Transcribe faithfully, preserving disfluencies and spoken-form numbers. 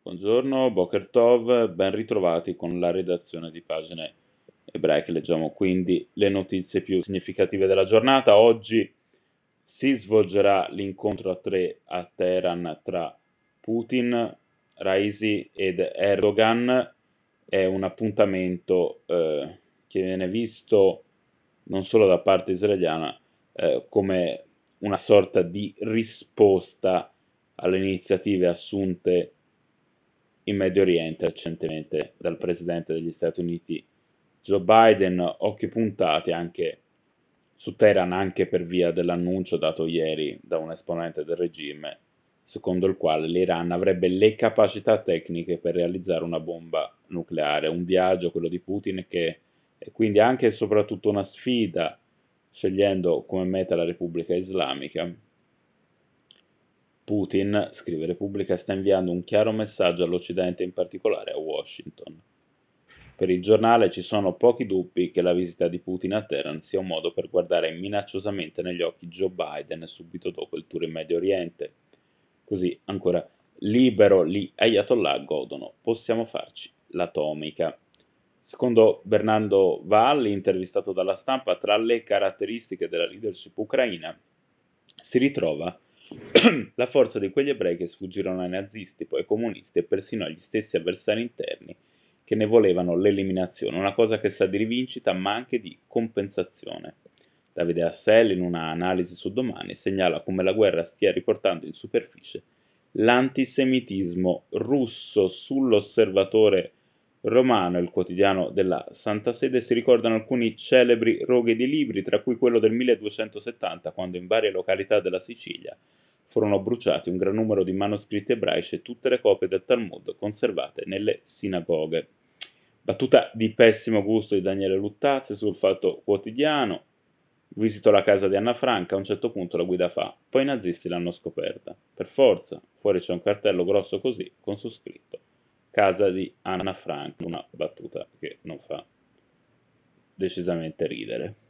Buongiorno, Boker Tov, ben ritrovati con la redazione di Pagine Ebraiche. Leggiamo quindi le notizie più significative della giornata. Oggi si svolgerà l'incontro a tre a Teheran tra Putin, Raisi ed Erdogan. È un appuntamento eh, che viene visto non solo da parte israeliana eh, come una sorta di risposta alle iniziative assunte in Medio Oriente recentemente dal presidente degli Stati Uniti Joe Biden, occhi puntati anche su Teheran anche per via dell'annuncio dato ieri da un esponente del regime, secondo il quale l'Iran avrebbe le capacità tecniche per realizzare una bomba nucleare. Un viaggio, quello di Putin, che è quindi anche e soprattutto una sfida, scegliendo come meta la Repubblica Islamica. Putin, scrive Repubblica, sta inviando un chiaro messaggio all'Occidente, in particolare a Washington. Per il giornale ci sono pochi dubbi che la visita di Putin a Teheran sia un modo per guardare minacciosamente negli occhi Joe Biden subito dopo il tour in Medio Oriente. Così, ancora, libero gli Ayatollah godono, possiamo farci l'atomica. Secondo Bernardo Valli, intervistato dalla Stampa, tra le caratteristiche della leadership ucraina si ritrova la forza di quegli ebrei che sfuggirono ai nazisti, poi ai comunisti e persino agli stessi avversari interni che ne volevano l'eliminazione, una cosa che sa di rivincita ma anche di compensazione. Davide Assel, in una analisi su Domani, segnala come la guerra stia riportando in superficie l'antisemitismo russo. Sull'Osservatore Romano, il quotidiano della Santa Sede, si ricordano alcuni celebri roghi di libri, tra cui quello del milleduecentosettanta, quando in varie località della Sicilia furono bruciati un gran numero di manoscritti ebraici e tutte le copie del Talmud conservate nelle sinagoghe. Battuta di pessimo gusto di Daniele Luttazzi sul Fatto Quotidiano. Visito la casa di Anna Franca, a un certo punto la guida fa, poi i nazisti l'hanno scoperta. Per forza, fuori c'è un cartello grosso così, con su scritto Casa di Anna Frank, una battuta che non fa decisamente ridere.